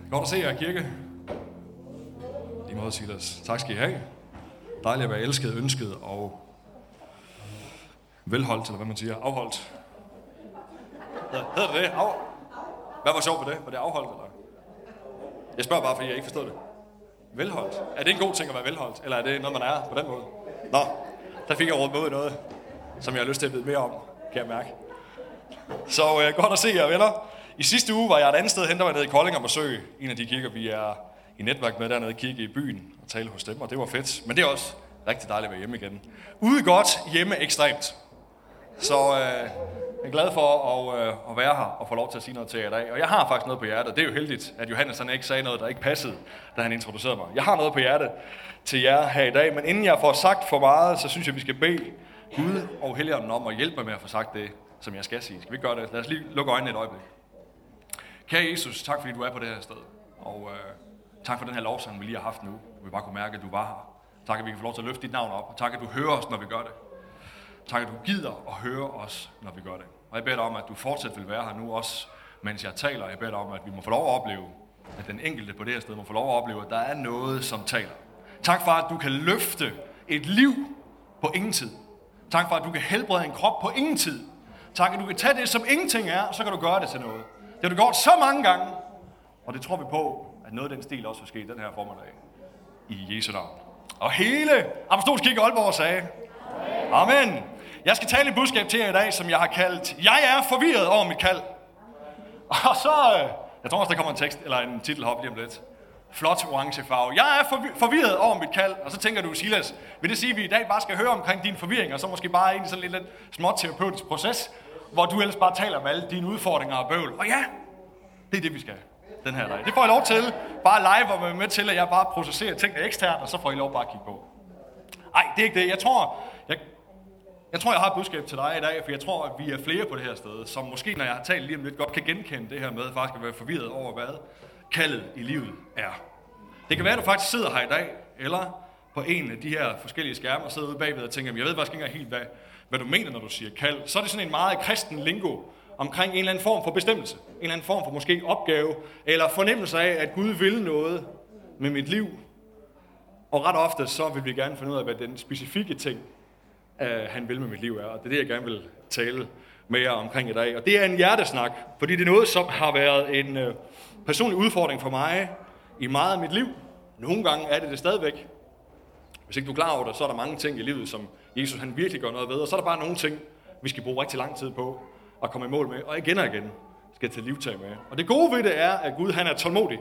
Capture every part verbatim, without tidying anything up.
Godt at se jer, kirke. Lige måde, Silas. Tak skal I have. Dejligt at være elsket, ønsket og velholdt, eller hvad man siger, afholdt. Hedder det det? Af... Hvad var sjovt ved det? Var det afholdt, eller? Jeg spørger bare, fordi jeg ikke forstod det. Velholdt? Er det en god ting at være velholdt, eller er det noget, man er på den måde? Nå, der fik jeg råd med noget, som jeg har lyst til at vide mere om, kan jeg mærke. Så øh, godt at se jer, venner. I sidste uge var jeg et andet sted hen, der var nede i Kolding og besøg en af de kirker, vi er i netværk med dernede, kigge i byen og tale hos dem, og det var fedt. Men det er også rigtig dejligt at være hjemme igen. Ude godt, hjemme ekstremt. Så øh, jeg er glad for at, øh, at være her og få lov til at sige noget til jer i dag. Og jeg har faktisk noget på hjertet. Det er jo heldigt, at Johannes han ikke sagde noget, der ikke passede, da han introducerede mig. Jeg har noget på hjertet til jer her i dag, men inden jeg får sagt for meget, så synes jeg, vi skal bede Gud og Helligånden om at hjælpe mig med at få sagt det, som jeg skal sige. Skal vi gøre det? Lad os lige lukke øjnene et øjeblik. Kære Jesus, tak fordi du er på det her sted. Og øh, tak for den her lovsang, vi lige har haft nu. Vi bare kunne mærke, at du var her. Tak, at vi kan få lov til at løfte dit navn op. Og tak, at du hører os, når vi gør det. Tak, at du gider at høre os, når vi gør det. Og jeg beder dig om, at du fortsat vil være her nu også, mens jeg taler. Jeg beder dig om, at vi må få lov at opleve, at den enkelte på det her sted må få lov at opleve, at der er noget, som taler. Tak for, at du kan løfte et liv på ingen tid. Tak for, at du kan helbrede en krop på ingen tid. Tak, at du kan tage det, som ingenting er, og så kan du gøre det til noget. Det har du gjort så mange gange, og det tror vi på, at noget af den stil også vil ske den her formiddag. I Jesu navn. Og hele Apostolsk Kirke Aalborg sagde, Amen. Jeg skal tale et budskab til jer i dag, som jeg har kaldt, jeg er forvirret over mit kald. Og så, jeg tror også, der kommer en tekst, eller en titel op lige om lidt. Flot orange farve. Jeg er forvirret over mit kald. Og så tænker du, Silas, vil det sige, at vi i dag bare skal høre omkring din forvirring, og så måske bare ind i sådan lidt, lidt småt terapeutisk proces, hvor du ellers bare taler om alle dine udfordringer og bøvl. Og ja, det er det, vi skal den her dag. Det får I lov til. Bare live og være med til, at jeg bare processerer tingene eksternt, og så får I lov bare at kigge på. Nej, det er ikke det. Jeg tror, jeg, jeg tror, jeg har et budskab til dig i dag, for jeg tror, at vi er flere på det her sted, som måske, når jeg har talt lige om lidt, godt kan genkende det her med, faktisk at være forvirret over, hvad kaldet i livet er. Det kan være, at du faktisk sidder her i dag, eller på en af de her forskellige skærme, og sidder ude bagved og tænker, jeg ved faktisk ikke engang helt, hvad, hvad du mener, når du siger kald. Så er det sådan en meget kristen lingo omkring en eller anden form for bestemmelse, en eller anden form for måske opgave, eller fornemmelse af, at Gud vil noget med mit liv. Og ret ofte, så vil vi gerne finde ud af, hvad den specifikke ting, uh, han vil med mit liv er. Og det er det, jeg gerne vil tale med jer omkring i dag. Og det er en hjertesnak, fordi det er noget, som har været en uh, personlig udfordring for mig i meget af mit liv. Nogle gange er det det stadigvæk. Hvis ikke du er klar over det, så er der mange ting i livet, som Jesus han virkelig gør noget ved. Og så er der bare nogle ting, vi skal bruge rigtig lang tid på at komme i mål med. Og igen og igen skal til livtag med. Og det gode ved det er, at Gud han er tålmodig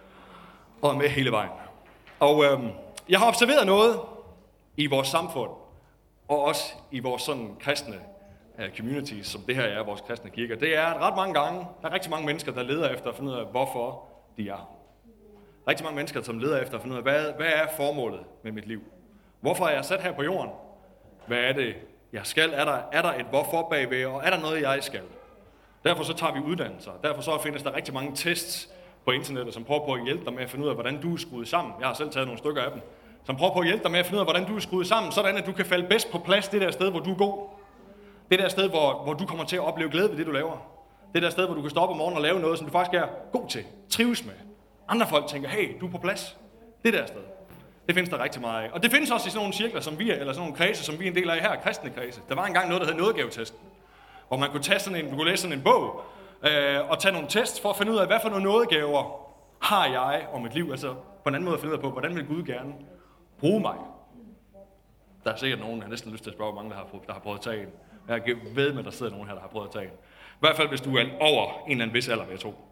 og er med hele vejen. Og øhm, jeg har observeret noget i vores samfund, og også i vores sådan kristne uh, communities, som det her er, vores kristne kirker. Det er, at ret mange gange, der er rigtig mange mennesker, der leder efter at finde ud af, hvorfor de er. Rigtig mange mennesker, som leder efter at finde ud af, hvad, hvad er formålet med mit liv? Hvorfor er jeg sat her på jorden? Hvad er det, jeg skal? Er der, er der et hvorfor bagved, og er der noget, jeg skal? Derfor så tager vi uddannelser. Derfor så findes der rigtig mange tests på internettet, som prøver på at hjælpe dig med at finde ud af, hvordan du er skruet sammen. Jeg har selv taget nogle stykker af dem. Som prøver på at hjælpe dig med at finde ud af, hvordan du er skruet sammen, sådan at du kan falde bedst på plads det der sted, hvor du er god. Det der sted, hvor, hvor du kommer til at opleve glæde ved det, du laver. Det der sted, hvor du kan stoppe om morgenen og lave noget, som du faktisk er god til, trives med. Andre folk tænker, hey, du er på plads. Det der sted. Det findes der rigtig meget af. Og det findes også i sådan nogle cirkler, som vi er, eller sådan nogle kredse, som vi er en del af her, kristne kredse. Der var engang noget, der hed nådegavetesten, hvor man kunne, tage sådan en, du kunne læse sådan en bog, øh, og tage nogle tests for at finde ud af, hvad for nogle nådegaver har jeg om mit liv. Altså på en anden måde at finde ud af på, hvordan vil Gud gerne bruge mig. Der er sikkert nogen, der har næsten lyst til at spørge, hvor mange der har, der har prøvet at tage en. Jeg ved med, at der sidder nogen her, der har prøvet at tage en. I hvert fald, hvis du er over en eller anden vis alder, vil jeg tro.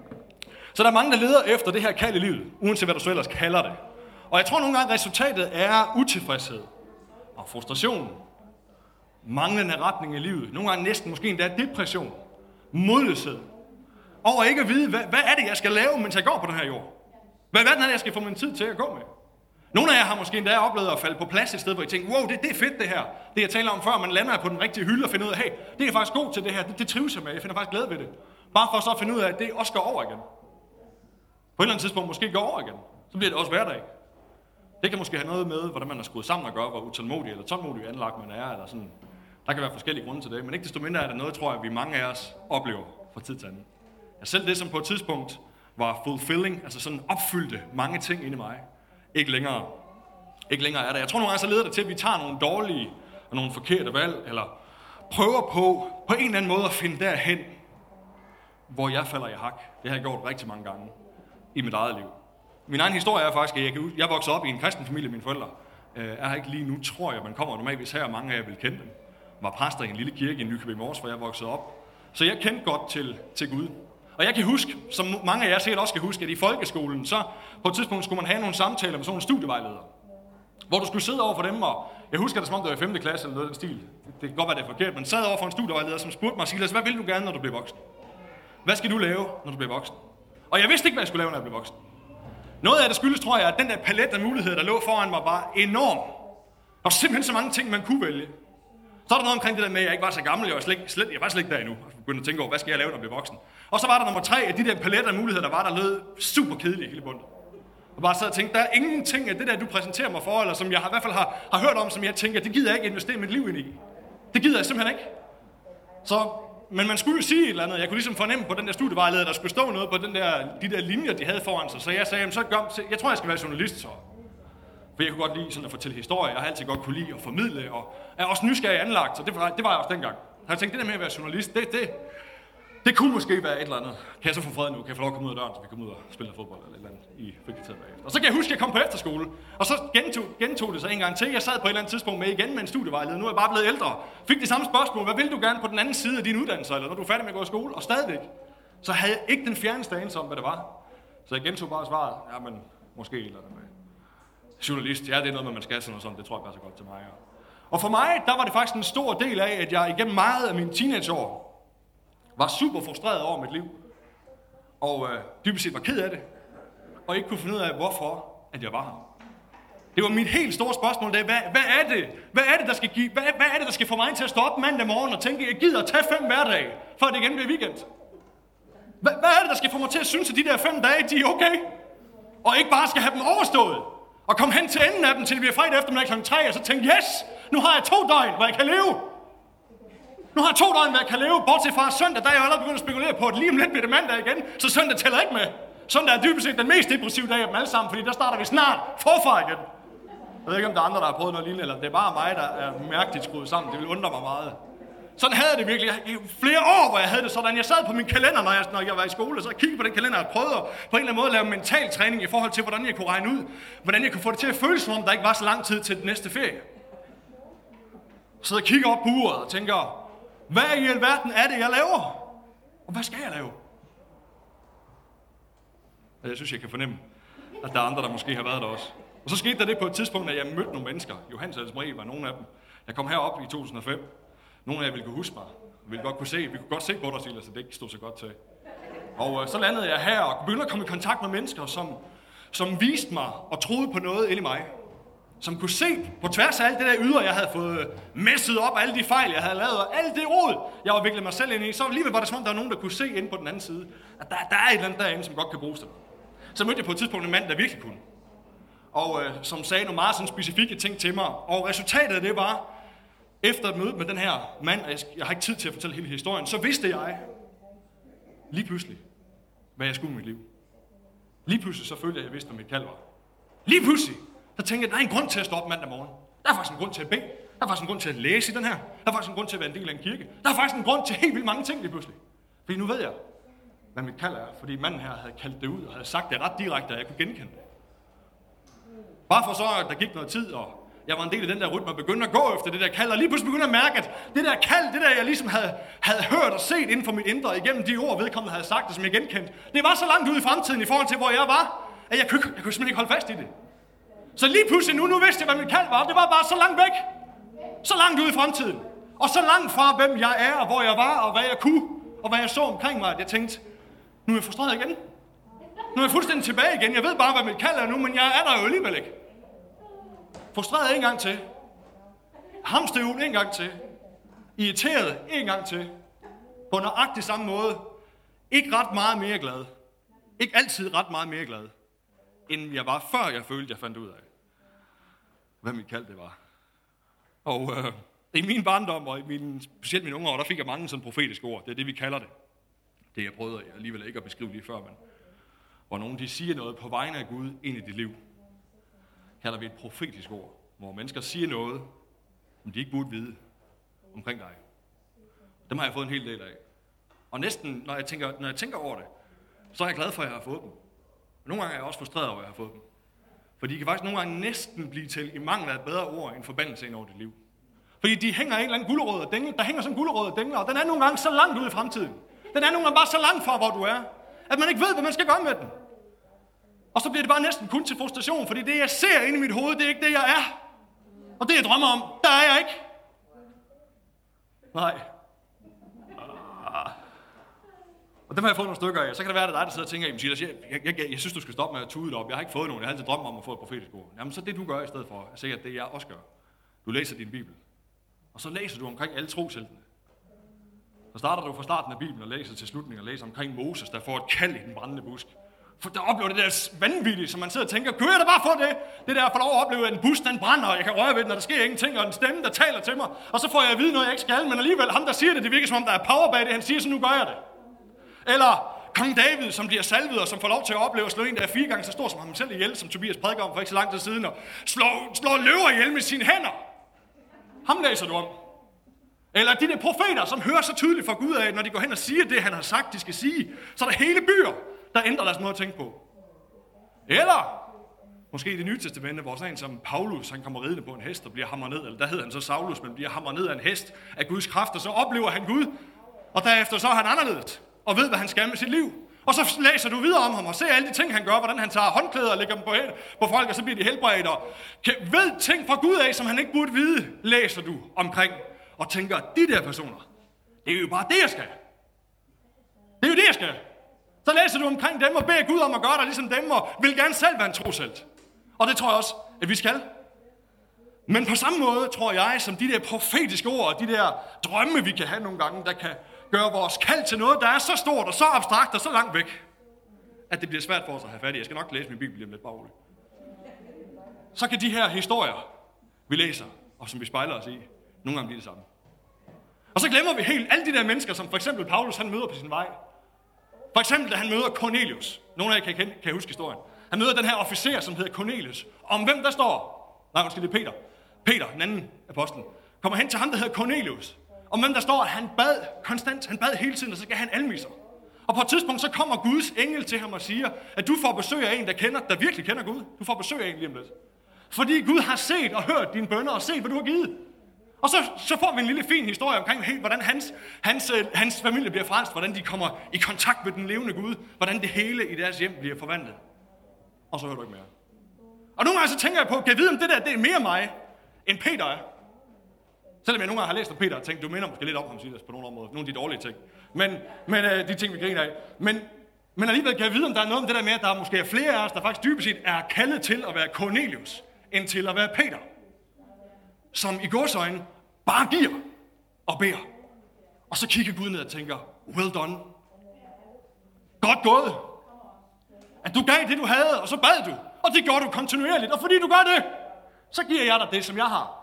Så der er mange, der leder efter det her kald i livet, uanset hvad du så ellers kalder det. Og jeg tror nogle gange, at resultatet er utilfredshed og frustration, manglende retning i livet, nogle gange næsten måske endda depression, modløshed, over ikke at vide, hvad, hvad er det, jeg skal lave, mens jeg går på den her jord? Hvad, hvad er det, jeg skal få min tid til at gå med? Nogle af jer har måske endda oplevet at falde på plads et sted, hvor I tænker, wow, det, det er fedt det her. Det jeg taler om før, man lander på den rigtige hylde og finder ud af, hey, det er jeg faktisk god til det her, det, det trives jeg med, jeg finder faktisk glæde ved det. Bare for så at finde ud af, at det også går over igen. På et eller andet tidspunkt måske går over igen, så bliver det også hverdag. Det kan måske have noget med, hvordan man er skruet sammen og gøre, hvor utålmodig eller tålmodig anlagt man er, eller sådan. Der kan være forskellige grunde til det, men ikke desto mindre er det noget, tror jeg, vi mange af os oplever fra tid til anden. Jeg selv det, som på et tidspunkt var fulfilling, altså sådan opfyldte mange ting inde i mig, ikke længere, ikke længere er der. Jeg tror nogle gange, så leder det til, at vi tager nogle dårlige og nogle forkerte valg, eller prøver på, på en eller anden måde at finde derhen, hvor jeg falder i hak. Det har jeg gjort rigtig mange gange i mit eget liv. Min egen historie er faktisk, at jeg, kan, jeg voksede op i en kristen familie, mine forældre øh, er ikke lige nu, tror jeg, man kommer normalvis her, og mange af jer vil kende dem. Var præster i en lille kirke i Nykøbing Mors, hvor jeg voksede op. Så jeg kendte godt til, til Gud. Og jeg kan huske, som mange af jer sikkert også kan huske, at i folkeskolen, så på et tidspunkt skulle man have nogle samtaler med sådan nogle studievejledere, hvor du skulle sidde over for dem, og jeg husker det, som om det var i femte klasse eller noget af den stil. Det kan godt være, det er forkert, men sad over for en studievejleder, som spurgte mig, Silas, hvad vil du gerne, når du bliver voksen? Hvad skal du lave, når du bliver voksen? Og jeg vidste ikke, hvad jeg skulle lave, når jeg blev voksen. Noget af det skyldes, tror jeg, at den der palet af muligheder, der lå foran mig, var enorm. Der var simpelthen så mange ting, man kunne vælge. Så er der noget omkring det der med, at jeg ikke var så gammel, jeg var slet, slet, jeg var slet ikke der endnu. Jeg begyndte at tænke over, hvad skal jeg lave, når jeg bliver voksen? Og så var der nummer tre, at de der paletter af muligheder, der var, der lød super kedelige hele bundet. Og bare sad og tænkte, der er ingenting af det der, du præsenterer mig for, eller som jeg i hvert fald har, har hørt om, som jeg tænker, det gider jeg ikke investere mit liv ind i. Det gider jeg simpelthen ikke. Så, men man skulle jo sige et eller andet. Jeg kunne ligesom fornemme på den der studievejleder, der skulle stå noget på den der, de der linjer, de havde foran sig. Så jeg sagde, så gør, jeg tror, jeg skal være journalist så. For jeg kunne godt lide sådan at fortælle historier. Jeg har altid godt kunne lide at formidle, og er også nysgerrig anlagt, så det var, det var jeg også dengang. Så jeg tænkte, det der med at være journalist, det, det, det kunne måske være et eller andet. Kan jeg så få fred nu? Kan jeg få lov at komme ud af døren, så vi kommer ud og spille fodbold eller et eller andet i frikvarteret bagefter? Og så kan jeg huske, at jeg kom på efterskole, og så gentog, gentog det sig en gang til. Jeg sad på et eller andet tidspunkt med igen med en studievejleder. Nu er jeg bare blevet ældre. Fik det samme spørgsmål. Hvad vil du gerne på den anden side af din uddannelse, eller når du er færdig med at gå i skole? Og stadigvæk. Så havde jeg ikke den fjerneste anelse om, hvad det var. Så jeg gentog bare svaret. Ja, men måske et eller andet med journalist. Ja, det er noget, man skal sådan og sådan. Det tror jeg passer godt til mig. Ja. Og for mig, der var det faktisk en stor del af, at jeg igennem meget af mine teenageår var super frustreret over mit liv. Og øh, dybest set var ked af det. Og ikke kunne finde ud af, hvorfor at jeg var her. Det var mit helt store spørgsmål, det er, hvad, hvad er det? Hvad er det, der skal give, hvad, hvad er det, der skal få mig til at stå op mandag morgen og tænke, at jeg gider at tage fem hverdage, for at det igen bliver weekend? Hvad, hvad er det, der skal få mig til at synes, at de der fem dage, de er okay? Og ikke bare skal have dem overstået. Og komme hen til enden af dem, til det bliver fredag eftermiddag klokken tre, og så tænke, yes, nu har jeg to døgn, hvor jeg kan leve. Nu har jeg to døgn, hvor jeg kan leve, bortset fra søndag, der er jeg allerede begyndt at spekulere på, at lige om lidt bliver det mandag igen, så søndag tæller ikke med. Søndag er dybest set den mest depressive dag af dem alle sammen, fordi der starter vi snart forfra igen. Jeg ved ikke, om der er andre, der har prøvet noget lignende, eller det er bare mig, der er mærkeligt skruet sammen. Det vil undre mig meget. Sådan havde jeg det virkelig. I flere år, hvor jeg havde det sådan. Jeg sad på min kalender, når jeg, når jeg var i skole, og så kiggede på den kalender og prøvede på en eller anden måde at lave mental træning i forhold til, hvordan jeg kunne regne ud, hvordan jeg kunne få det til at føles, som om der ikke var så lang tid til den næste ferie. Så jeg kigger op på uret og tænker, hvad i alverden er det, jeg laver? Og hvad skal jeg lave? Og jeg synes, jeg kan fornemme, at der er andre, der måske har været der også. Og så skete der det på et tidspunkt, at jeg mødte nogle mennesker. Johannes og Marie var nogle af dem. Jeg kom herop i to tusind og fem. Nogle af jer ville kunne huske mig. Vi ville godt kunne se, vi kunne godt se på dig, Silas, så det ikke stod så godt til. Og øh, så landede jeg her og begyndte at komme i kontakt med mennesker, som, som viste mig og troede på noget inde i mig. Som kunne se på tværs af alt det der ydre, jeg havde fået messet op, alle de fejl, jeg havde lavet, og alt det råd, jeg var viklet mig selv ind i. Så alligevel var det som om, der var nogen, der kunne se inde på den anden side, at der, der er et eller andet derinde, som godt kan bruges til. Så mødte jeg på et tidspunkt en mand, der virkelig kunne. Og øh, som sagde nogle meget sådan specifikke ting til mig. Og resultatet af det var, efter et møde med den her mand, og jeg, jeg har ikke tid til at fortælle hele historien, så vidste jeg lige pludselig, hvad jeg skulle med mit liv. Lige pludselig så følte jeg, at jeg vidste, hvad mit kald var. Lige pludselig, så tænkte jeg, at der er en grund til at stå op mandag morgen. Der er faktisk en grund til at bede. Der er faktisk en grund til at læse i den her. Der er faktisk en grund til at være en del af en kirke. Der er faktisk en grund til helt vildt mange ting lige pludselig. Fordi nu ved jeg, hvad mit kald er. Fordi manden her havde kaldt det ud og havde sagt det ret direkte, at jeg kunne genkende det. Bare for så, at der gik noget tid, og jeg var en del af den der rytme og begyndte at gå efter det der kald, og lige pludselig begyndte at mærke, at det der kald, det der jeg ligesom havde, havde hørt og set inden for mit indre, igennem de ord, vedkommende havde sagt, og som jeg genkendte, det var så langt ude i fremtiden i forhold til, hvor jeg var, at jeg kunne, jeg kunne simpelthen ikke holde fast i det. Så lige pludselig nu, nu vidste jeg, hvad mit kald var, det var bare så langt væk, så langt ude i fremtiden, og så langt fra, hvem jeg er, og hvor jeg var, og hvad jeg kunne, og hvad jeg så omkring mig, at jeg tænkte, nu er jeg frustreret igen. Nu er jeg fuldstændig tilbage igen. Jeg ved bare, hvad mit kald er nu, men jeg er der jo alligevel ikke. Frustreret en gang til. Hamsterhjul en gang til. Irriteret en gang til. På nøjagtig samme måde. Ikke ret meget mere glad. Ikke altid ret meget mere glad, end jeg var, før jeg følte, jeg fandt ud af, hvad mit kald det var. Og øh, i min barndom, og i min, specielt mine unge år, der fik jeg mange sådan profetiske ord. Det er det, vi kalder det. Det jeg prøvede jeg alligevel ikke at beskrive lige før, men hvor nogen de siger noget på vegne af Gud ind i dit liv, kalder vi et profetisk ord, hvor mennesker siger noget, som de ikke burde vide omkring dig. Dem har jeg fået en hel del af. Og næsten, når jeg tænker, når jeg tænker over det, så er jeg glad for, at jeg har fået dem. Nogle gange er jeg også frustreret over, at jeg har fået dem. For de kan faktisk nogle gange næsten blive til, i mangel af et bedre ord, en forbandelse ind over dit liv. Fordi de hænger en eller anden gulerod og dængle, der hænger sådan en gulerod og dængle, og den er nogle gange så langt ude i fremtiden. Den er nogle gange bare så langt fra, hvor du er, at man ikke ved, hvad man skal gøre med den. Og så bliver det bare næsten kun til frustration, fordi det, jeg ser inde i mit hoved, det er ikke det, jeg er. Og det, jeg drømmer om, der er jeg ikke. Nej. Og dem har jeg fået nogle stykker af. Så kan det være, at det er dig, der sidder og tænker, jeg, jeg, jeg, jeg, jeg synes, du skal stoppe med at tude det op. Jeg har ikke fået nogen. Jeg har altid drømt om at få et profetisk ord. Jamen, så det du gør i stedet for, at se, at det jeg også gør. Du læser din Bibel. Og så læser du omkring alle trosheltene. Så starter du fra starten af Bibelen og læser til slutningen og læser omkring Moses, der får et kald i den brændende busk. For der oplever det der vanvittige, som man sidder og tænker, kunne jeg da bare få det? Det der for lov at opleve, at en busk den brænder, og jeg kan røre ved den, og der sker ingenting, og en stemme, der taler til mig. Og så får jeg at vide noget, jeg ikke skal, men alligevel ham, der siger det, det virker som om, der er power bag det. Han siger, så nu gør jeg det. Eller kong David, som bliver salvet, og som får lov til at opleve at slå en, der er fire gange så stor som ham selv ihjel, som Tobias prædiker om for ikke så lang tid siden, og slår, slår løver ihjel med sine hænder. Ham læser du om. Eller de der profeter, som hører så tydeligt fra Gud af, når de går hen og siger det, han har sagt, de skal sige, så er der hele byer, der ændrer deres måde at tænke på. Eller måske i Det Nye Testamente, hvor sådan en som Paulus, han kommer ridende på en hest og bliver hamret ned, eller der hedder han så Saulus, men bliver hamret ned af en hest af Guds kraft, og så oplever han Gud, og derefter så er han anderledes, og ved, hvad han skal med sit liv. Og så læser du videre om ham, og ser alle de ting, han gør, hvordan han tager håndklæder og lægger dem på, på folk, og så bliver de helbredt, og ved ting fra Gud af, som han ikke burde vide, læser du omkring, og tænker, de der personer, det er jo bare det, jeg skal. Det er jo det, jeg skal. Så læser du omkring dem og beder Gud om at gøre dig ligesom dem, og vil gerne selv være en troshelt. Og det tror jeg også, at vi skal. Men på samme måde tror jeg, som de der profetiske ord, og de der drømme, vi kan have nogle gange, der kan gøre vores kald til noget, der er så stort og så abstrakt og så langt væk, at det bliver svært for os at have fat i. Jeg skal nok læse min bibel lige lidt, bare roligt. Så kan de her historier, vi læser, og som vi spejler os i, nogle gange blive det samme. Og så glemmer vi helt alle de der mennesker, som for eksempel Paulus han møder på sin vej. For eksempel, da han møder Cornelius. Nogle af jer kan, kan, kan huske historien. Han møder den her officer, som hedder Cornelius. Og om hvem der står? Nej, måske det er Peter. Peter, den anden apostel, kommer hen til ham, der hedder Cornelius. Om hvem der står, at han bad konstant. Han bad hele tiden, og så skal han almisser. Og på et tidspunkt, så kommer Guds engel til ham og siger, at du får besøg af en, der kender, der virkelig kender Gud. Du får besøg af en lige om lidt. Fordi Gud har set og hørt dine bønner og set, hvad du har givet. Og så, så får vi en lille fin historie omkring helt, hvordan hans, hans, hans familie bliver frelst, hvordan de kommer i kontakt med den levende Gud, hvordan det hele i deres hjem bliver forvandlet. Og så hører du ikke mere. Og nogle gange så tænker jeg på, kan jeg vide, om det der det er mere mig, end Peter er? Selvom jeg nogle gange har læst om Peter og tænkt, du minder måske lidt om ham, Silas, på nogle områder. Nogle af de dårlige ting. Men, men øh, de ting, vi griner af. Men, men alligevel kan jeg vide, om der er noget om det der med, at der måske er flere af os, der faktisk dybest set er kaldet til at være Cornelius, end til at være Peter. Som i gåseøjne bare giver og beder. Og så kigger Gud ned og tænker, well done. Godt gået. At du gav det, du havde, og så bad du. Og det gjorde du kontinuerligt. Og fordi du gør det, så giver jeg dig det, som jeg har.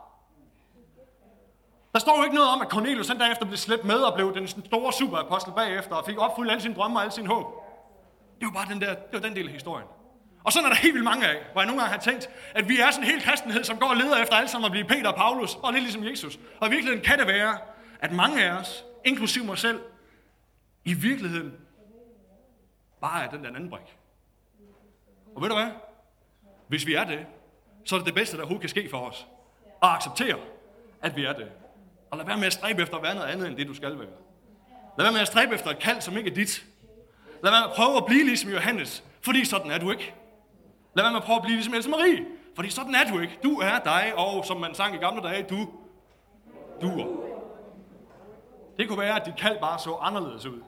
Der står jo ikke noget om, at Cornelius den derefter blev slæbt med og blev den store superapostel bagefter og fik opfyldt alle sine drømme og alle sine håb. Det var bare den, der, det var den del af historien. Og sådan er der helt vildt mange af, hvor jeg nogle gange har tænkt, at vi er sådan en hel kristenhed, som går og leder efter alle sammen at blive Peter og Paulus, og lidt ligesom Jesus. Og i virkeligheden kan det være, at mange af os, inklusive mig selv, i virkeligheden bare er den der anden brik. Og ved du hvad? Hvis vi er det, så er det det bedste, der overhovedet kan ske for os. At acceptere, at vi er det. Og lad være med at stræbe efter at være noget andet, end det du skal være. Lad være med at stræbe efter et kald, som ikke er dit. Lad være med at prøve at blive ligesom Johannes, fordi sådan er du ikke. Lad være med at prøve at blive ligesom Else Marie, fordi sådan er du ikke. Du er dig, og som man sang i gamle dage, du duer. Det kunne være, at dit kald bare så anderledes ud.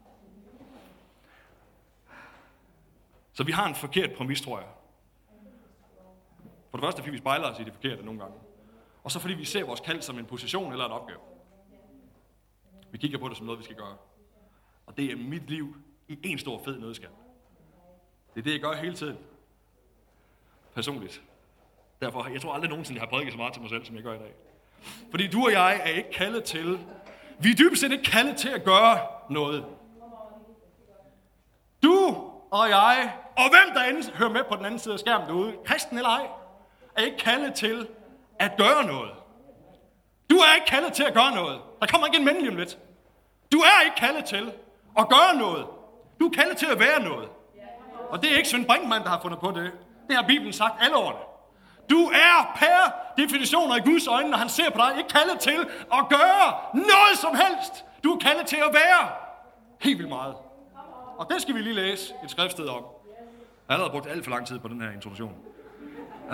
Så vi har en forkert præmis, tror jeg. For det første, fordi vi spejler os i det forkerte nogle gange. Og så fordi vi ser vores kald som en position eller en opgave. Vi kigger på det som noget, vi skal gøre. Og det er mit liv i en stor fed nødskal. Det er det, jeg gør hele tiden. Personligt. Derfor, jeg tror aldrig nogensinde, jeg har prædiket så meget til mig selv, som jeg gør i dag. Fordi du og jeg er ikke kaldet til, vi er dybest set ikke kaldet til at gøre noget. Du og jeg, og hvem der end hører med på den anden side af skærmen derude, kristen eller ej, er ikke kaldet til at gøre noget. Du er ikke kaldet til at gøre noget. Der kommer ikke en mænd lige om lidt. Du er ikke kaldet til at gøre noget. Du er kaldet til at være noget. Og det er ikke Svend Brinkmann, der har fundet på det. Det har Bibelen sagt alle årene. Du er per definition i Guds øjne, når han ser på dig, ikke kaldet til at gøre noget som helst. Du er kaldet til at være helt vildt meget. Og det skal vi lige læse et skriftsted om. Jeg har allerede brugt alt for lang tid på den her introduktion. Uh,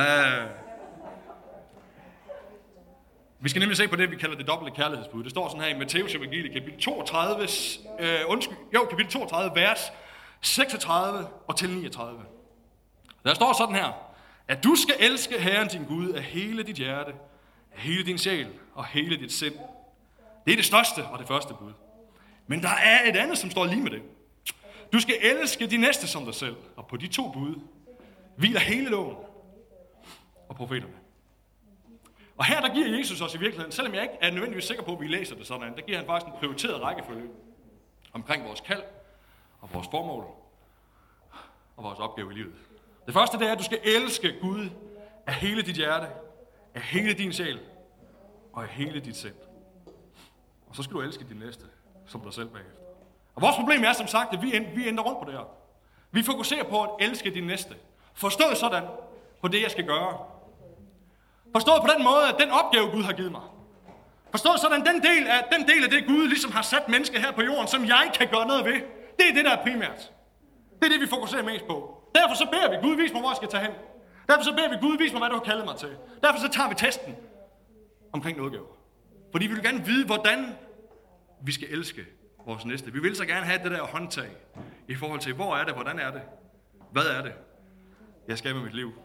vi skal nemlig se på det, vi kalder det dobbelte kærlighedsbud. Det står sådan her i Matteus evangeliet, kapitel toogtredive, uh, undskyld, jo, kapitel toogtredive, vers seksogtredive og til niogtredive. Der står sådan her, at du skal elske Herren din Gud af hele dit hjerte, af hele din sjæl og hele dit sind. Det er det største og det første bud. Men der er et andet, som står lige med det. Du skal elske de næste som dig selv, og på de to bud hviler hele loven og profeterne. Og her der giver Jesus os i virkeligheden, selvom jeg ikke er nødvendigvis sikker på, at vi læser det sådan, der giver han faktisk en prioriteret rækkefølge omkring vores kald og vores formål og vores opgave i livet. Det første det er, at du skal elske Gud af hele dit hjerte, af hele din sjæl og af hele dit sind. Og så skal du elske din næste som dig selv bagefter. Og vores problem er som sagt, at vi, vi ændrer rundt på det her. Vi fokuserer på at elske din næste. Forstået sådan på det, jeg skal gøre. Forstået på den måde, at den opgave, Gud har givet mig. Forstået sådan, den del af, den del af det, Gud ligesom har sat mennesker her på jorden, som jeg kan gøre noget ved. Det er det, der er primært. Det er det, vi fokuserer mest på. Derfor så beder vi, Gud, vis mig, hvor jeg skal tage hen. Derfor så beder vi, Gud, vis mig, hvad du har kaldet mig til. Derfor så tager vi testen omkring nådegaver. Fordi vi vil gerne vide, hvordan vi skal elske vores næste. Vi vil så gerne have det der håndtag i forhold til, hvor er det, hvordan er det, hvad er det, jeg skal med mit liv.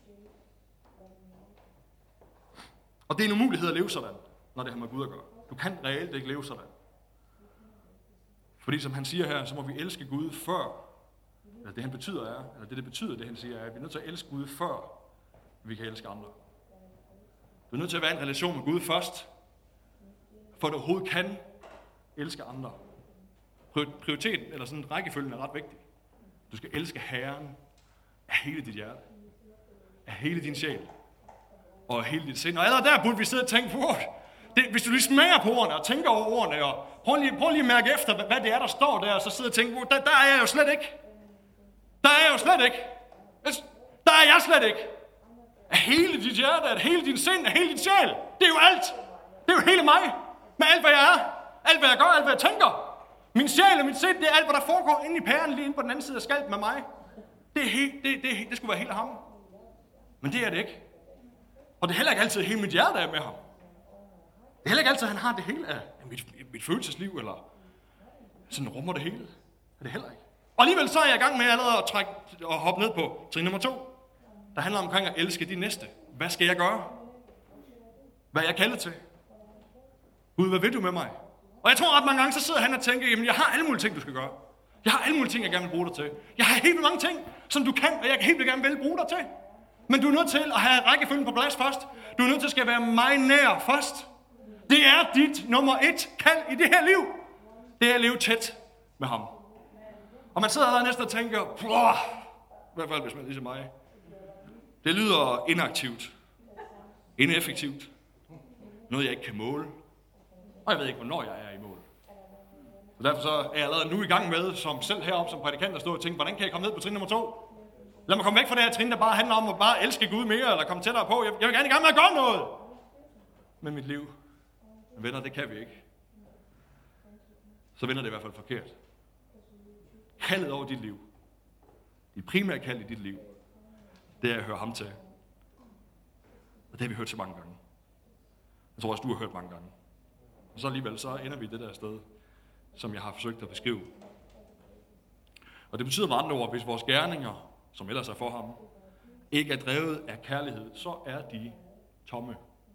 Og det er en umulighed at leve sådan, når det har med Gud at gøre. Du kan reelt ikke leve sådan. Fordi som han siger her, så må vi elske Gud før, eller det han betyder er, eller det det betyder, det han siger er, at vi er nødt til at elske Gud før, vi kan elske andre. Du er nødt til at være i en relation med Gud først, for at du overhovedet kan elske andre. Prioriteten, eller sådan rækkefølgen er ret vigtig. Du skal elske Herren af hele dit hjerte, af hele din sjæl, og af hele dit sind. Og allerede der burde vi sidde og tænke på, det, hvis du lige smager på ordene og tænker over ordene, og prøv lige, prøv lige at mærke efter, hvad det er, der står der, og så sidde og tænke på, der, der er jeg jo slet ikke. Der er jeg jo slet ikke. Der er jeg slet ikke. Af hele dit hjerte, af hele din sind, af hele din sjæl. Det er jo alt. Det er jo hele mig. Med alt, hvad jeg er. Alt, hvad jeg gør, alt, hvad jeg tænker. Min sjæl og mit sind, det er alt, hvad der foregår inde i pæren, lige inde på den anden side af skalpen med mig. Det, er helt, det, det, det skulle være helt af ham. Men det er det ikke. Og det er heller ikke altid hele mit hjerte er med ham. Det er heller ikke altid, at han har det hele af mit, mit følelsesliv, eller sådan rummer det hele. Det er det heller ikke. Og alligevel så er jeg i gang med allerede at trække og hoppe ned på trin nummer to. Der handler omkring at elske de næste. Hvad skal jeg gøre? Hvad er jeg kaldet til? Gud, hvad vil du med mig? Og jeg tror ret mange gange, så sidder han og tænker, jamen jeg har alle mulige ting, du skal gøre. Jeg har alle mulige ting, jeg gerne vil bruge dig til. Jeg har helt vildt mange ting, som du kan, og jeg helt vildt gerne vil bruge dig til. Men du er nødt til at have rækkefølgen på plads først. Du er nødt til at skal være mig nær først. Det er dit nummer et kald i det her liv. Det er at leve tæt med ham. Og man sidder der næsten og tænker, i hvert fald hvis man er ligesom mig. Det lyder inaktivt. Ineffektivt. Noget jeg ikke kan måle. Og jeg ved ikke, hvornår jeg er i mål. Så derfor så er jeg allerede nu i gang med, som selv heroppe som prædikant, at stå og tænke, hvordan kan jeg komme ned på trin nummer to? Lad mig komme væk fra det her trin, der bare handler om at bare elske Gud mere, eller komme tættere på. Jeg, jeg vil gerne i gang med at gøre noget med mit liv. Men venner, det kan vi ikke. Så vender det i hvert fald forkert. Kaldet over dit liv. Det primære kald i dit liv. Det er at høre ham til. Og det har vi hørt så mange gange. Jeg tror også, du har hørt mange gange. Og så alligevel, så ender vi det der sted, som jeg har forsøgt at beskrive. Og det betyder med andre ord, hvis vores gerninger, som ellers er for ham, ikke er drevet af kærlighed, så er de tomme.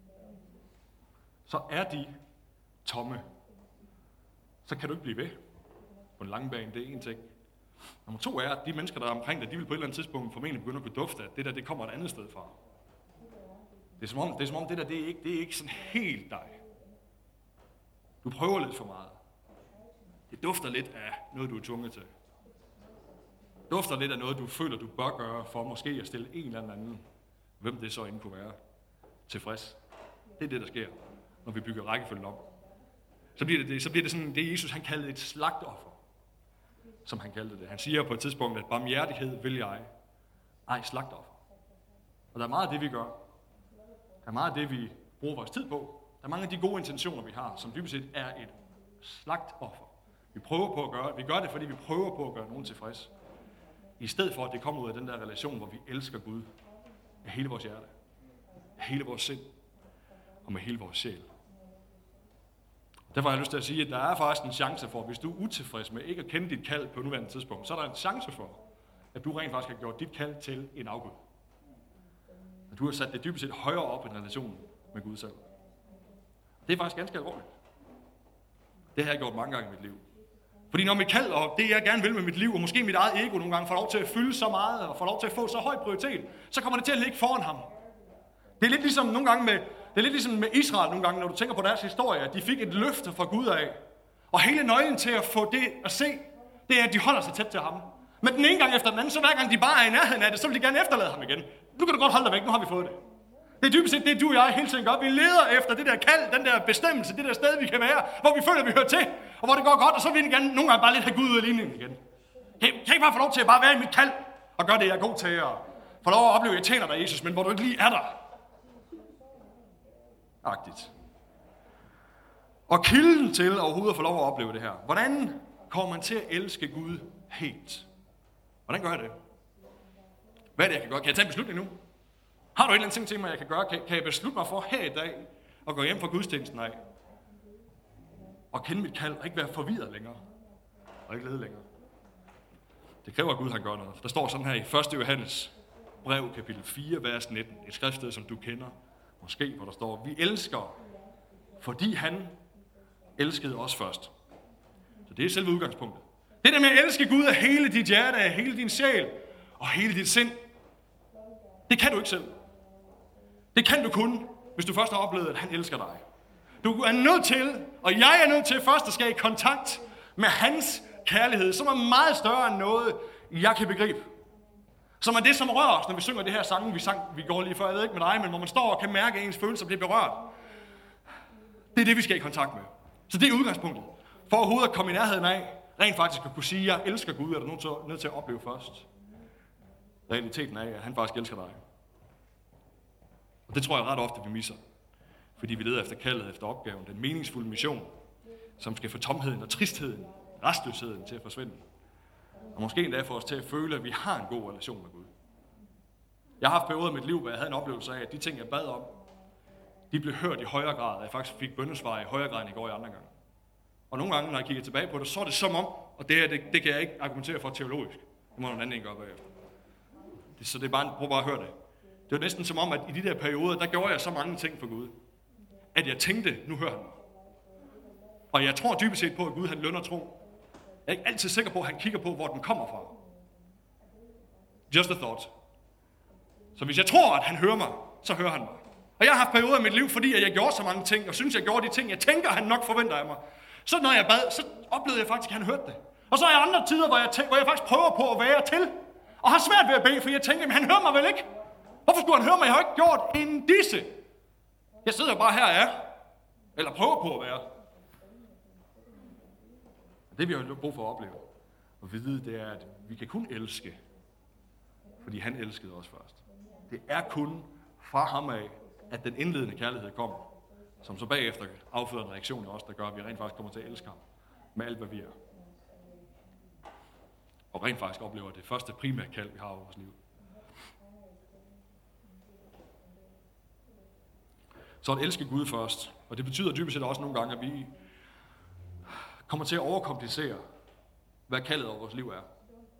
Så er de tomme. Så kan du ikke blive ved på en lang bane. Det er en ting. Nummer to er, at de mennesker, der er omkring dig, de vil på et eller andet tidspunkt formentlig begynde at kunne dufte, at det der, det kommer et andet sted fra. Det er som om det, er som om det der, det er, ikke, det er ikke sådan helt dig. Du prøver lidt for meget. Det dufter lidt af noget, du er tvunget til. dufter lidt af noget, du føler, du bør gøre, for måske at stille en eller anden, hvem det så end kunne være, tilfreds. Det er det, der sker, når vi bygger rækkefølgen op. Så bliver det, det, så bliver det sådan, det Jesus han kaldte et slagtoffer, som han kaldte det. Han siger på et tidspunkt, at barmhjertighed vil jeg, ej slagtoffer. Og der er meget af det, vi gør. Der er meget af det, vi bruger vores tid på. Der er mange af de gode intentioner, vi har, som dybest set er et slagtoffer. Vi prøver på at gøre, vi gør det, fordi vi prøver på at gøre nogen tilfreds. I stedet for, at det kommer ud af den der relation, hvor vi elsker Gud af hele vores hjerte, af hele vores sind og med hele vores sjæl. Derfor har jeg lyst til at sige, at der er faktisk en chance for, hvis du er utilfreds med ikke at kende dit kald på nuværende tidspunkt, så er der en chance for, at du rent faktisk har gjort dit kald til en afgud. At du har sat det dybest set højere op i en relation med Gud selv. Det er faktisk ganske alvorligt. Det har jeg gjort mange gange i mit liv. Fordi når mit kald og det, jeg gerne vil med mit liv, og måske mit eget ego nogle gange, får lov til at fylde så meget, og får lov til at få så høj prioritet, så kommer det til at ligge foran ham. Det er lidt ligesom nogle gange med, det er lidt ligesom med Israel nogle gange, når du tænker på deres historie, at de fik et løfte fra Gud af. Og hele nøglen til at få det at se, det er, at de holder sig tæt til ham. Men den ene gang efter den anden, så hver gang de bare er i nærheden af det, så vil de gerne efterlade ham igen. Nu kan du godt holde dig væk, nu har vi fået det. Det er dybest set det, du og jeg hele tiden gør. Vi leder efter det der kald, den der bestemmelse, det der sted, vi kan være, hvor vi føler, at vi hører til, og hvor det går godt, og så vil vi gerne nogle gange bare lidt have Gud ud af linjen igen. Kan jeg ikke bare få lov til at bare være i mit kald, og gøre det, jeg er god til, og få lov at opleve, at jeg tjener dig, Jesus, men hvor du ikke lige er der. Agtigt. Og kilden til overhovedet at få lov at opleve det her. Hvordan kommer man til at elske Gud helt? Hvordan gør jeg det? Hvad er det, jeg kan gøre? Kan jeg tage en beslutning nu? Har du et eller andet ting til mig, jeg kan gøre? Kan, kan jeg beslutte mig for her i dag at gå hjem fra gudstjenesten af? Og kende mit kald og ikke være forvirret længere? Og ikke lede længere? Det kræver, at Gud han gør noget. Der står sådan her i første Johannes brev, kapitel fire, vers nitten. Et skriftsted, som du kender. Måske, hvor der står, vi elsker, fordi han elskede os først. Så det er selve udgangspunktet. Det der med at elske Gud af hele dit hjerte, af hele din sjæl og hele dit sind, det kan du ikke selv. Det kan du kun, hvis du først har oplevet, at han elsker dig. Du er nødt til, og jeg er nødt til først at skal i kontakt med hans kærlighed, som er meget større end noget, jeg kan begribe. Som er det, som rører os, når vi synger det her sange, vi sang, vi går lige før, jeg ved ikke med dig, men hvor man står og kan mærke, at ens følelser bliver berørt. Det er det, vi skal i kontakt med. Så det er udgangspunktet. For overhovedet at komme i nærheden af, rent faktisk at kunne sige, at jeg elsker Gud, er du nødt til, nødt til at opleve først. Realiteten af, at han faktisk elsker dig. Og det tror jeg ret ofte, vi misser. Fordi vi leder efter kaldet, efter opgaven, den meningsfulde mission, som skal få tomheden og tristheden, restløsheden til at forsvinde. Og måske endda få os til at føle, at vi har en god relation med Gud. Jeg har haft perioder i mit liv, hvor jeg havde en oplevelse af, at de ting, jeg bad om, de blev hørt i højere grad, og jeg faktisk fik bønnesvar i højere grad, end jeg går i andre gange. Og nogle gange, når jeg kigger tilbage på det, så er det som om, og det her, det, det kan jeg ikke argumentere for teologisk. Det må nogen anden gøre bagefter. Det, så det er bare, prøv bare at høre det. Det var næsten som om, at i de der perioder, der gjorde jeg så mange ting for Gud, at jeg tænkte, nu hører han mig. Og jeg tror dybest set på, at Gud han lønner tro. Jeg er ikke altid sikker på, at han kigger på, hvor den kommer fra. Just a thought. Så hvis jeg tror, at han hører mig, så hører han mig. Og jeg har haft perioder i mit liv, fordi jeg gjorde så mange ting, og synes, jeg gjorde de ting, jeg tænker, han nok forventer af mig. Så når jeg bad, så oplevede jeg faktisk, at han hørte det. Og så er jeg andre tider, hvor jeg, tænker, hvor jeg faktisk prøver på at være til, og har svært ved at bede, for jeg tænker, men han hører mig vel ikke? Hvorfor skulle han høre mig? Jeg har ikke gjort en disse. Jeg sidder bare her og er. Eller prøver på at være. Det vi har brug for at opleve og vide, det er, at vi kan kun elske, fordi han elskede os først. Det er kun fra ham af, at den indledende kærlighed kommer, som så bagefter afføder en reaktion i os, der gør, at vi rent faktisk kommer til at elske ham med alt, hvad vi er. Og rent faktisk oplever det første primære kald, vi har i vores liv. Så at elske Gud først, og det betyder dybest set også nogle gange, at vi kommer til at overkomplicere, hvad kaldet over vores liv er.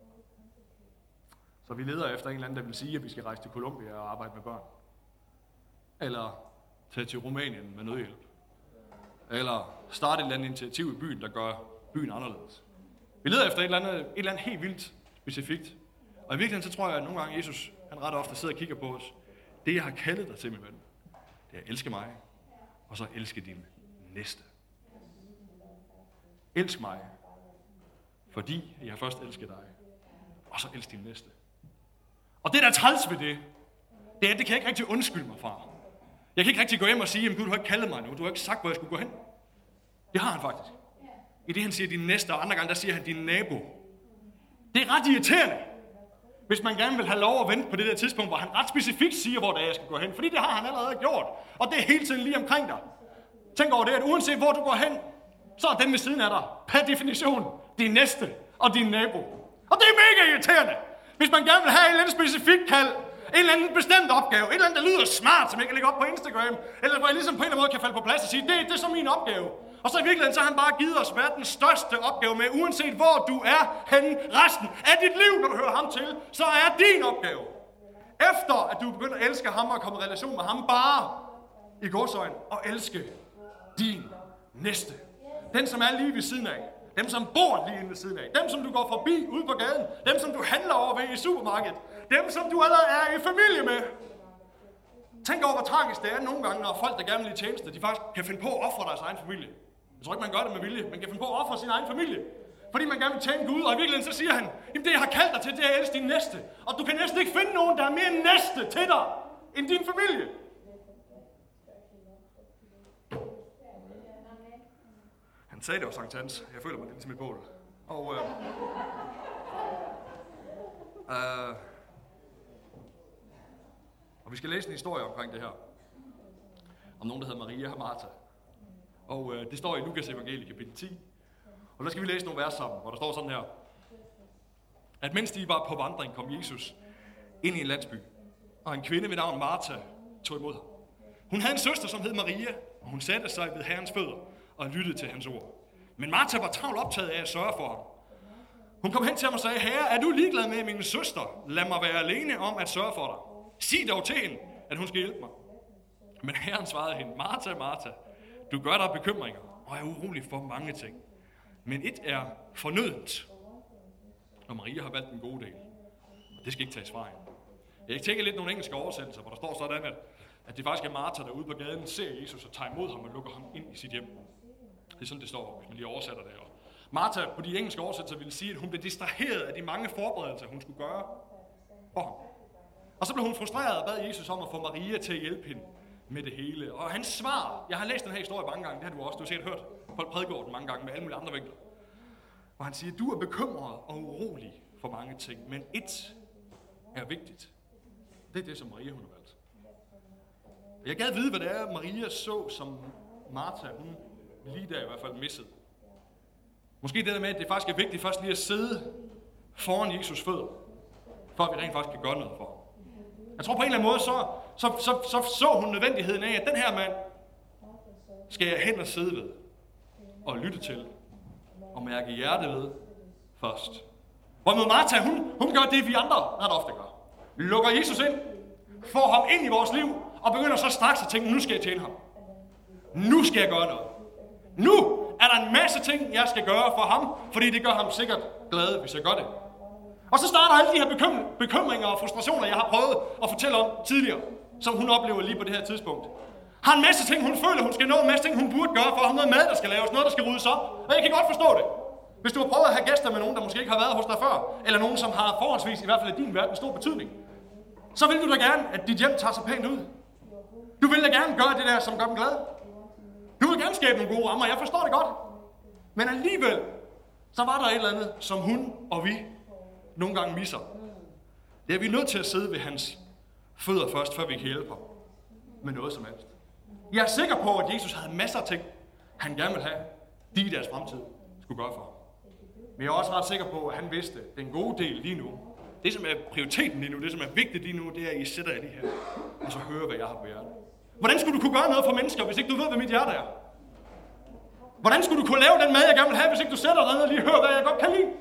Så vi leder efter en eller anden, der vil sige, at vi skal rejse til Colombia og arbejde med børn. Eller tage til Rumænien med nødhjælp. Eller starte et eller andet initiativ i byen, der gør byen anderledes. Vi leder efter et eller andet, et eller andet helt vildt specifikt. Og i virkeligheden så tror jeg, at nogle gange Jesus, han ret ofte sidder og kigger på os. Det jeg har kaldet dig til, min ven, det er at elske mig, og så elske din næste. Elsk mig, fordi jeg har først elsket dig. og så elsk din næste. Og det, der er træls ved det, det er, det kan jeg ikke rigtig undskylde mig fra. Jeg kan ikke rigtig gå hjem og sige, jamen Gud, du har ikke kaldet mig nu, du har ikke sagt, hvor jeg skulle gå hen. Det har han faktisk. I det, han siger din næste, og andre gange, der siger han din nabo. Det er ret irriterende, hvis man gerne vil have lov at vente på det der tidspunkt, hvor han ret specifikt siger, hvor det er, jeg skal gå hen. Fordi det har han allerede gjort. Og det er hele tiden lige omkring dig. Tænk over det, at uanset hvor du går hen, så er dem ved siden af dig, per definition, din næste og din nabo. Og det er mega irriterende, hvis man gerne vil have et eller andet specifikt kald, en eller anden bestemt opgave, et eller andet, der lyder smart, som jeg kan lægge op på Instagram, eller hvor jeg ligesom på en eller anden måde kan falde på plads og sige, det, det er så min opgave. Og så i virkeligheden, så har han bare givet os verdens største opgave med, uanset hvor du er henne resten af dit liv, når du hører ham til, så er din opgave. Efter at du begynder at elske ham og komme i relation med ham, bare i gåseøjne, og elske din næste. Den, som er lige ved siden af. Dem, som bor lige inde ved siden af. Dem, som du går forbi ude på gaden. Dem, som du handler over ved i supermarkedet. Dem, som du allerede er i familie med. Tænk over, hvor tragisk det er nogle gange, når folk, der gerne vil i tjeneste, de faktisk kan finde på at ofre deres egen familie. Jeg tror ikke, man gør det med vilje. Man kan finde på at ofre sin egen familie. Fordi man gerne vil tjene Gud. Og i virkeligheden så siger han, jamen det jeg har kaldt dig til, det er at elske din næste. Og du kan næsten ikke finde nogen, der er mere næste til dig, end din familie. Han sagde det jo Sankt Hans. Jeg føler mig lidt som et bål. Og, øh, øh, og vi skal læse en historie omkring det her. Om nogen, der hedder Maria og Martha. Og øh, det står i Lukas evangelie kapitel ti. Og der skal vi læse nogle vers sammen, hvor der står sådan her. At mens de var på vandring, kom Jesus ind i en landsby. Og en kvinde ved navn Martha tog imod ham. Hun havde en søster, som hed Maria, og hun satte sig ved Herrens fødder og lyttede til hans ord. Men Martha var travlt optaget af at sørge for ham. Hun kom hen til ham og sagde, Herre, er du ligeglad med min søster? Lad mig være alene om at sørge for dig. Sig dog til hende, at hun skal hjælpe mig. Men Herren svarede hende, Martha, Martha, du gør dig bekymringer og er urolig for mange ting. Men et er fornødent, og Maria har valgt den gode del. Og det skal ikke tages fra hende. Jeg tænker lidt nogle engelske oversættelser, hvor der står sådan, at, at det faktisk er Martha, der ude på gaden ser Jesus og tager imod ham og lukker ham ind i sit hjem. Det er sådan, det står, hvis man lige oversætter det. Og Martha på de engelske oversættelser ville sige, at hun blev distraheret af de mange forberedelser, hun skulle gøre for ham. Og så blev hun frustreret og bad Jesus om at få Maria til at hjælpe hende med det hele. Og hans svar, jeg har læst den her historie mange gange, det har du også, du har sikkert hørt. Folk prædiker den mange gange med alle mulige andre vinkler. Og han siger, du er bekymret og urolig for mange ting, men ét er vigtigt. Det er det, som Maria hun har valgt. Jeg gad vide, hvad det er, Maria så, som Martha, hun lige der i hvert fald missede. Måske det der med, at det faktisk er vigtigt først lige at sidde foran Jesus fødder, for at vi rent faktisk kan gøre noget for ham. Jeg tror på en eller anden måde, så så, så, så så hun nødvendigheden af, at den her mand skal jeg hen og sidde ved, og lytte til, og mærke hjertet ved først. Hvorimod Martha, hun, hun gør det, vi andre ret ofte gør. Lukker Jesus ind, får ham ind i vores liv, og begynder så straks at tænke, nu skal jeg tjene ham. Nu skal jeg gøre noget. Nu er der en masse ting, jeg skal gøre for ham, fordi det gør ham sikkert glad, hvis jeg gør det. Og så starter alle de her bekym- bekymringer og frustrationer, jeg har prøvet at fortælle om tidligere, som hun oplever lige på det her tidspunkt. Har en masse ting, hun føler, hun skal nå, en masse ting, hun burde gøre for ham. Noget mad, der skal laves, noget, der skal ryddes op. Og jeg kan godt forstå det. Hvis du har prøvet at have gæster med nogen, der måske ikke har været hos dig før, eller nogen, som har forholdsvis, i hvert fald i din verden, stor betydning, så vil du da gerne, at dit hjem tager sig pænt ud. Du vil da gerne gøre det der, som gør dem glade. Du vil gerne skabe nogle gode rammer, jeg forstår det godt. Men alligevel, så var der et eller andet, som hun og vi nogle gange misser. Det er, vi er nødt til at sidde ved hans fødder først, før vi kan hjælpe ham med noget som helst. Jeg er sikker på, at Jesus havde masser af ting, han gerne ville have, de i deres fremtid skulle gøre for ham. Men jeg er også ret sikker på, at han vidste, at den gode del lige nu, det som er prioriteten lige nu, det som er vigtigt lige nu, det er, at I sætter jer lige her, og så hører, hvad jeg har på hjertet. Hvordan skulle du kunne gøre noget for mennesker, hvis ikke du ved, hvad mit hjerte er? Hvordan skulle du kunne lave den mad, jeg gerne vil have, hvis ikke du sætter dig ned og lige hører, hvad jeg godt kan lide?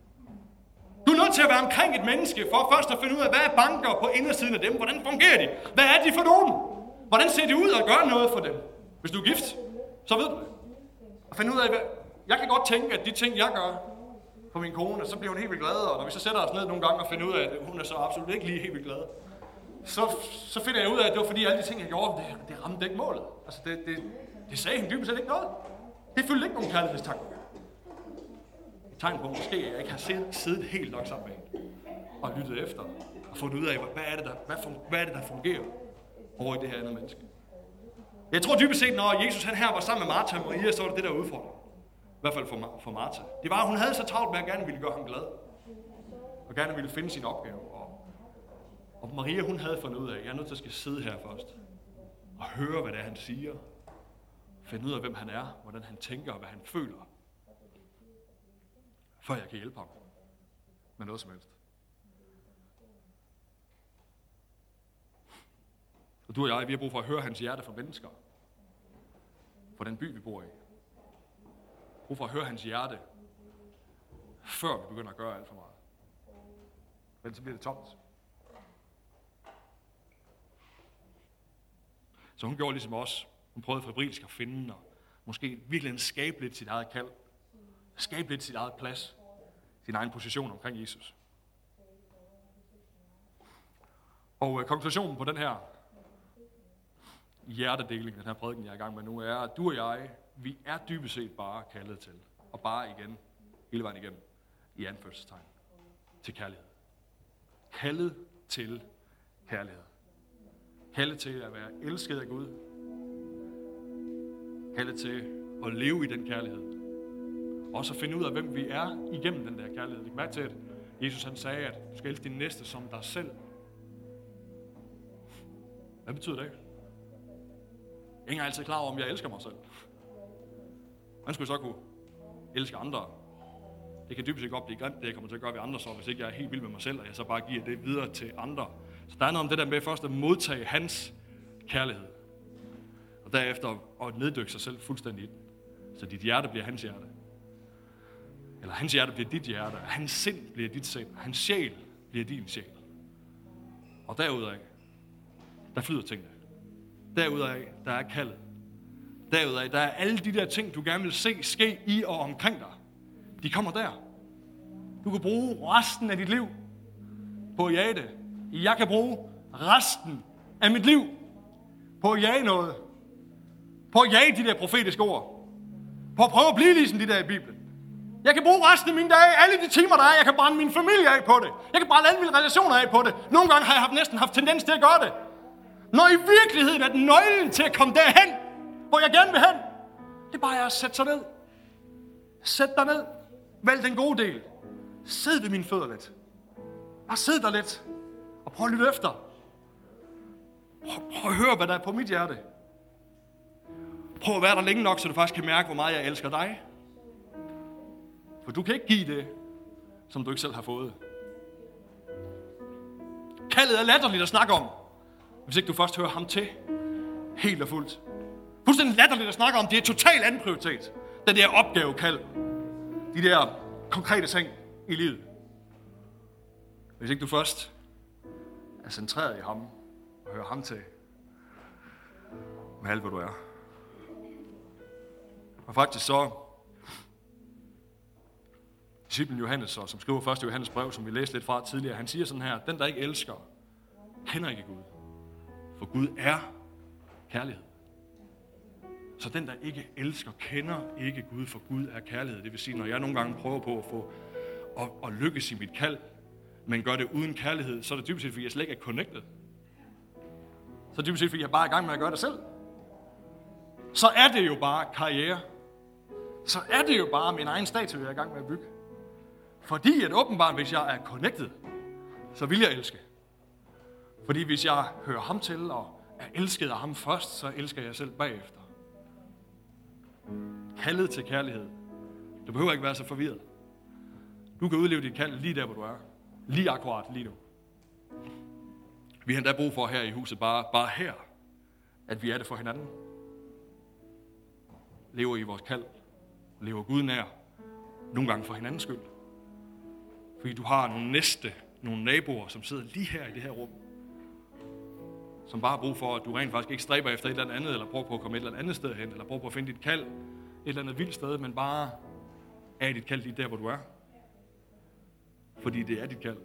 Du er nødt til at være omkring et menneske, for først at finde ud af, hvad er banker på indersiden af dem? Hvordan fungerer de? Hvad er de for nogen? Hvordan ser de ud og gør noget for dem? Hvis du er gift, så ved du det. Og finde ud af, hvad... Jeg kan godt tænke, at de ting, jeg gør for min kone, så bliver hun helt vildt glad. Og når vi så sætter os ned nogle gange og finder ud af, at hun er så absolut ikke lige helt vildt glad, så, så finder jeg ud af, at det var fordi alle de ting, jeg gjorde, det, det ramte ikke målet. Altså, det, det, det sagde hende dybest set ikke noget. Det fyldte ikke nogen kærlighedstanker. Et tegn på, måske jeg ikke har siddet helt nok sammen med hende. og lyttet efter, og fundet ud af, hvad er det, der, hvad, hvad er det, der fungerer over i det her andet menneske. Jeg tror dybest set, når Jesus han her var sammen med Martha og Maria, så var det det, der udfordrede. I hvert fald for, for Martha. Det var, at hun havde så travlt med at gerne ville gøre ham glad. Og gerne ville finde sin opgave. Og, og Maria, hun havde fundet ud af, at jeg er nødt til at skal sidde her først. Og høre, hvad det er, han siger. Finde ud af, hvem han er, hvordan han tænker og hvad han føler. Før jeg kan hjælpe ham med noget som helst. Og du og jeg, vi har brug for at høre hans hjerte for mennesker. For den by, vi bor i. Brug for at høre hans hjerte, før vi begynder at gøre alt for meget. Ellers så bliver det tomt. Så hun gjorde ligesom os. Hun prøvede febrilsk at finde og måske virkelig skabe lidt sit eget kald. Skabe lidt sit eget plads. Sin egen position omkring Jesus. Og øh, konklusionen på den her hjertedeling, den her prædiken, jeg er i gang med nu, er, at du og jeg, vi er dybest set bare kaldet til, og bare igen, hele vejen igennem, i anførselstegn, til kærlighed. Kaldet til kærlighed. Kaldet til at være elsket af Gud. Kaldet til at leve i den kærlighed. Også at finde ud af, hvem vi er igennem den der kærlighed. Læg mærke til, at Jesus han sagde, at du skal elske din næste som dig selv. Hvad betyder det? Jeg er ikke altid klar over, om jeg elsker mig selv. Hvordan skulle jeg så kunne elske andre? Det kan dybest set godt blive grimt, det jeg kommer til at gøre ved andre så, hvis ikke jeg er helt vild med mig selv, og jeg så bare giver det videre til andre. Så der er noget om det der med først at modtage hans kærlighed. Og derefter at neddykke sig selv fuldstændig i den. Så dit hjerte bliver hans hjerte. Eller hans hjerte bliver dit hjerte. Hans sind bliver dit sind. Hans sjæl bliver din sjæl. Og derudaf, der flyder tingene. Derudaf, der er kaldet. Derudaf, der er alle de der ting, du gerne vil se ske i og omkring dig. De kommer der. Du kan bruge resten af dit liv på at jage det. Jeg kan bruge resten af mit liv på at jage noget. På at jage de der profetiske ord. På at prøve at blive ligesom de der i Bibelen. Jeg kan bruge resten af mine dage, alle de timer, der er. Jeg kan brænde min familie af på det. Jeg kan brænde alle mine relationer af på det. Nogle gange har jeg haft, næsten haft tendens til at gøre det. Når i virkeligheden er den nøglen til at komme derhen, hvor jeg gerne vil hen, det er bare at sætte sig ned. Sæt dig ned. Vælg den gode del. Sid ved mine fødder lidt. Bare sid der lidt. Og prøv at lytte efter. Prøv, prøv at høre, hvad der er på mit hjerte. Prøv at være der længe nok, så du faktisk kan mærke, hvor meget jeg elsker dig. For du kan ikke give det, som du ikke selv har fået. Kaldet er latterligt at snakke om, hvis ikke du først hører ham til. Helt og fuldt. Fuldstændig latterligt at snakke om, det er totalt anden prioritet. Den der opgavekald. De der konkrete ting i livet. Hvis ikke du først er centreret i ham og hører ham til med alt, hvad du er. Og faktisk så disciplen Johannes, som skriver første Johannes brev, som vi læste lidt fra tidligere, han siger sådan her: den, der ikke elsker, kender ikke Gud. For Gud er kærlighed. Så den, der ikke elsker, kender ikke Gud, for Gud er kærlighed. Det vil sige, når jeg nogle gange prøver på at få at, at lykkes i mit kald, men gør det uden kærlighed, så er det dybest set, fordi jeg slet ikke er connected. Så er det dybest set, fordi jeg bare er i gang med at gøre det selv. Så er det jo bare karriere. Så er det jo bare min egen statue, jeg er i gang med at bygge. Fordi at åbenbart, hvis jeg er connected, så vil jeg elske. Fordi hvis jeg hører ham til og er elsket af ham først, så elsker jeg selv bagefter. Kaldet til kærlighed. Du behøver ikke være så forvirret. Du kan udleve dit kald lige der, hvor du er. Lige akkurat, lige nu. Vi har endda brug for her i huset, bare, bare her, at vi er det for hinanden. Lever i vores kald. Lever Gud nær. Nogle gange for hinandens skyld. Fordi du har nogle næste, nogle naboer, som sidder lige her i det her rum. Som bare har brug for, at du rent faktisk ikke stræber efter et eller andet, eller prøver på at komme et eller andet sted hen, eller prøver på at finde dit kald et eller andet vildt sted, men bare er dit kald lige der, hvor du er. Fordi det er dit kald.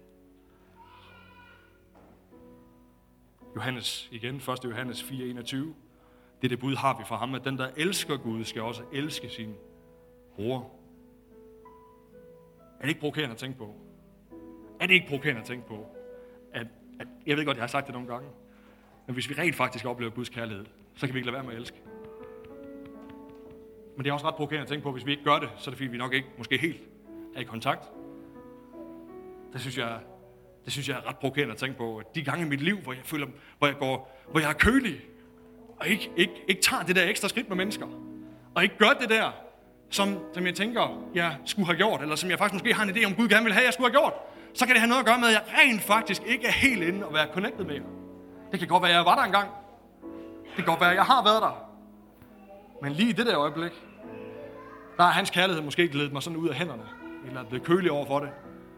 Johannes, igen, første Johannes fire enogtyve. Det er det bud har vi fra ham, at den, der elsker Gud, skal også elske sin bror. Er det ikke provokerende at tænke på? Er det ikke provokerende at tænke på, at, at jeg ved godt, jeg har sagt det nogle gange, men hvis vi rent faktisk oplever Guds kærlighed, så kan vi ikke lade være med at elske. Men det er også ret provokerende at tænke på, at hvis vi ikke gør det, så er det fordi, vi nok ikke måske helt er i kontakt. Det synes jeg, det synes jeg er ret provokerende at tænke på. At de gange i mit liv, hvor jeg føler, hvor jeg går, hvor jeg er kølig, og ikke, ikke, ikke tager det der ekstra skridt med mennesker, og ikke gør det der, som, som jeg tænker, jeg skulle have gjort, eller som jeg faktisk måske har en idé om, Gud gerne vil have, jeg skulle have gjort, så kan det have noget at gøre med, at jeg rent faktisk ikke er helt inde og være connected med jer. Det kan godt være, at jeg var der engang. Det kan godt være, at jeg har været der. Men lige i det der øjeblik, der er hans kærlighed måske glædet mig sådan ud af hænderne, eller blevet kølig over for det.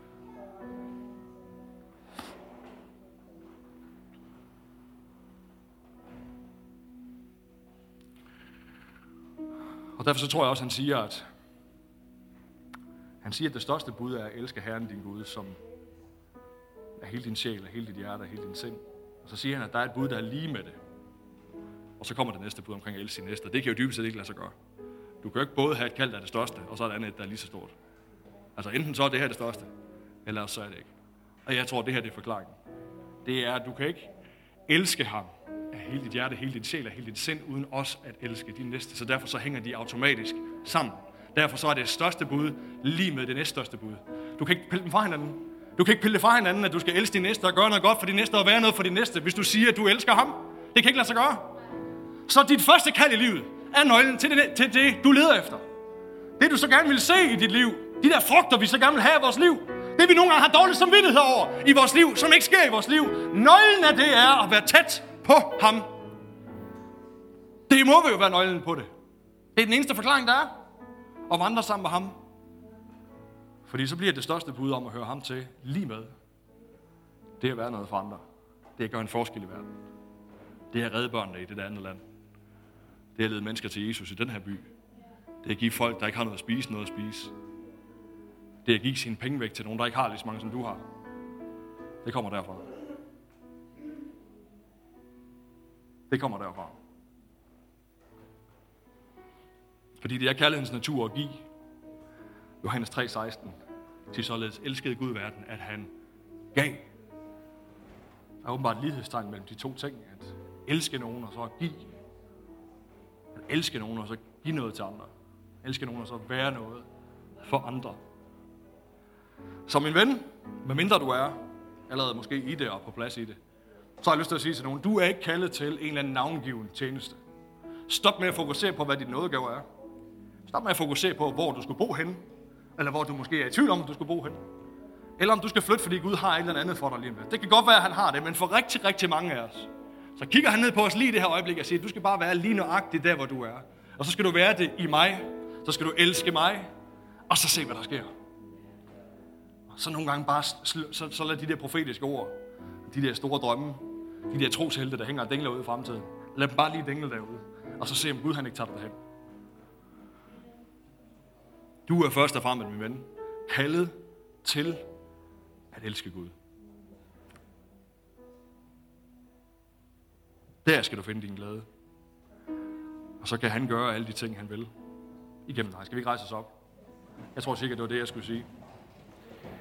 Og derfor så tror jeg også, at han siger, at han siger, at det største bud er at elske Herren din Gud, som er hele din sjæl, hele dit hjerte og hele din sind. Og så siger han, at der er et bud, der er lige med det. Og så kommer det næste bud omkring at elske sin næste. Det kan jo dybest set ikke lade sig gøre. Du kan jo ikke både have et kald, der er det største, og så er det andet, der er lige så stort. Altså enten så er det her det største, eller så er det ikke. Og jeg tror, at det her det er forklaringen. Det er, at du kan ikke elske ham af hele dit hjerte, hele dit sjæl og hele dit sind, uden også at elske din næste. Så derfor så hænger de automatisk sammen. Derfor så er det største bud lige med det næststørste bud. Du kan ikke pille dem fra hinanden. Du kan ikke pille det fra hinanden, at du skal elske din næste og gøre noget godt for din næste og være noget for din næste, hvis du siger, at du elsker ham. Det kan ikke lade sig gøre. Så dit første kald i livet er nøglen til det, til det, du leder efter. Det, du så gerne vil se i dit liv. De der frugter, vi så gerne vil have i vores liv. Det, vi nogle gange har dårlig samvittighed over i vores liv, som ikke sker i vores liv. Nøglen af det er at være tæt på ham. Det må jo være nøglen på det. Det er den eneste forklaring, der er. Og vandre sammen med ham. Fordi så bliver det største bud om at høre ham til lige med. Det er at være noget for andre. Det er at gøre en forskel i verden. Det er at redde børnene i det der andet land. Det er at lede mennesker til Jesus i den her by. Det er at give folk, der ikke har noget at spise, noget at spise. Det er at give sine penge væk til nogen, der ikke har lige så mange, som du har. Det kommer derfra. Det kommer derfra. Fordi det er kærlighedens natur at give. Johannes tre seksten. Til således elskede Gud verden, at han gav. Der er åbenbart et lighedstegn mellem de to ting. At elske nogen og så at give. At elske nogen og så give noget til andre. Elske nogen og så være noget for andre. Så min ven, medmindre du er allerede måske i det og på plads i det, så har jeg lyst til at sige til nogen, du er ikke kaldet til en eller anden navngiven tjeneste. Stop med at fokusere på, hvad dit nådegave er. Stop med at fokusere på, hvor du skal bo henne. Eller hvor du måske er i tvivl om, at du skal bo henne. Eller om du skal flytte, fordi Gud har et eller andet for dig lige med. Det kan godt være, at han har det, men for rigtig, rigtig mange af os, så kigger han ned på os lige i det her øjeblik og siger, du skal bare være lige nøjagtig der, hvor du er. Og så skal du være det i mig. Så skal du elske mig. Og så se, hvad der sker. Så nogle gange bare, så, så lad de der profetiske ord, de der store drømme, de der troshelte, der hænger og dingler ude i fremtiden, lad dem bare lige dingle derude. Og så se, om Gud han ikke tager dig derhen. Du er først og fremmest, min ven, kaldet til at elske Gud. Der skal du finde din glæde. Og så kan han gøre alle de ting, han vil igennem dig. Skal vi ikke rejse os op? Jeg tror sikkert, det var det, jeg skulle sige.